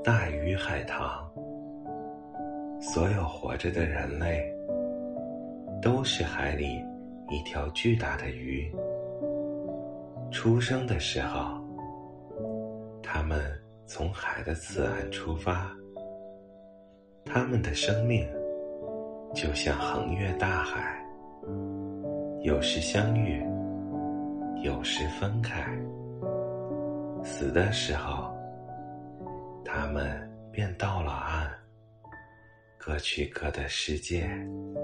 大鱼海棠，所有活着的人类都是海里一条巨大的鱼。出生的时候，他们从海的此岸出发，他们的生命就像横越大海，有时相遇，有时分开。死的时候，他们便到了岸，各去各的世界。